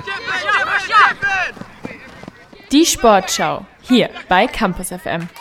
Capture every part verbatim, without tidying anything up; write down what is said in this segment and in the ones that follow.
Die Sportschau, hier bei Campus F M.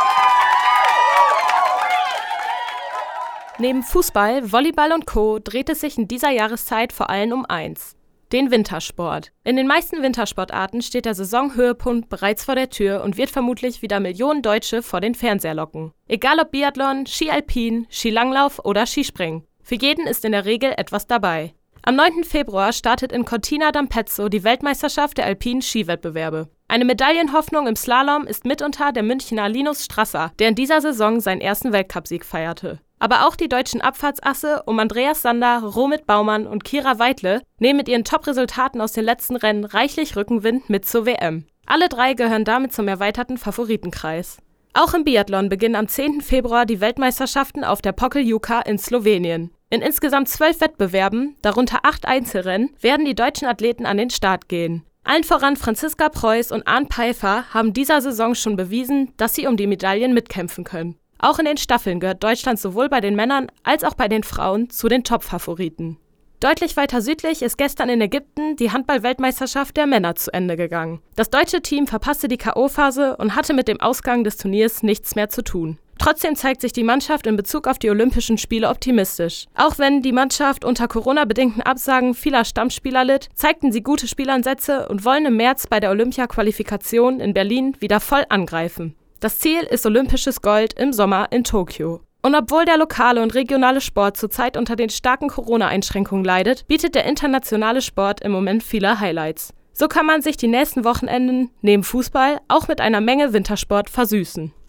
Neben Fußball, Volleyball und Co. dreht es sich in dieser Jahreszeit vor allem um eins: den Wintersport. In den meisten Wintersportarten steht der Saisonhöhepunkt bereits vor der Tür und wird vermutlich wieder Millionen Deutsche vor den Fernseher locken. Egal ob Biathlon, Ski Alpin, Skilanglauf oder Skispringen. Für jeden ist in der Regel etwas dabei. Am neunten Februar startet in Cortina d'Ampezzo die Weltmeisterschaft der alpinen Skiwettbewerbe. Eine Medaillenhoffnung im Slalom ist mitunter der Münchner Linus Strasser, der in dieser Saison seinen ersten Weltcupsieg feierte. Aber auch die deutschen Abfahrtsasse um Andreas Sander, Romit Baumann und Kira Weidle nehmen mit ihren Top-Resultaten aus den letzten Rennen reichlich Rückenwind mit zur W M. Alle drei gehören damit zum erweiterten Favoritenkreis. Auch im Biathlon beginnen am zehnten Februar die Weltmeisterschaften auf der Pokljuka in Slowenien. In insgesamt zwölf Wettbewerben, darunter acht Einzelrennen, werden die deutschen Athleten an den Start gehen. Allen voran Franziska Preuß und Arnd Peifer haben dieser Saison schon bewiesen, dass sie um die Medaillen mitkämpfen können. Auch in den Staffeln gehört Deutschland sowohl bei den Männern als auch bei den Frauen zu den Top-Favoriten. Deutlich weiter südlich ist gestern in Ägypten die Handball-Weltmeisterschaft der Männer zu Ende gegangen. Das deutsche Team verpasste die K O-Phase und hatte mit dem Ausgang des Turniers nichts mehr zu tun. Trotzdem zeigt sich die Mannschaft in Bezug auf die Olympischen Spiele optimistisch. Auch wenn die Mannschaft unter Corona-bedingten Absagen vieler Stammspieler litt, zeigten sie gute Spielansätze und wollen im März bei der Olympia-Qualifikation in Berlin wieder voll angreifen. Das Ziel ist olympisches Gold im Sommer in Tokio. Und obwohl der lokale und regionale Sport zurzeit unter den starken Corona-Einschränkungen leidet, bietet der internationale Sport im Moment viele Highlights. So kann man sich die nächsten Wochenenden neben Fußball auch mit einer Menge Wintersport versüßen.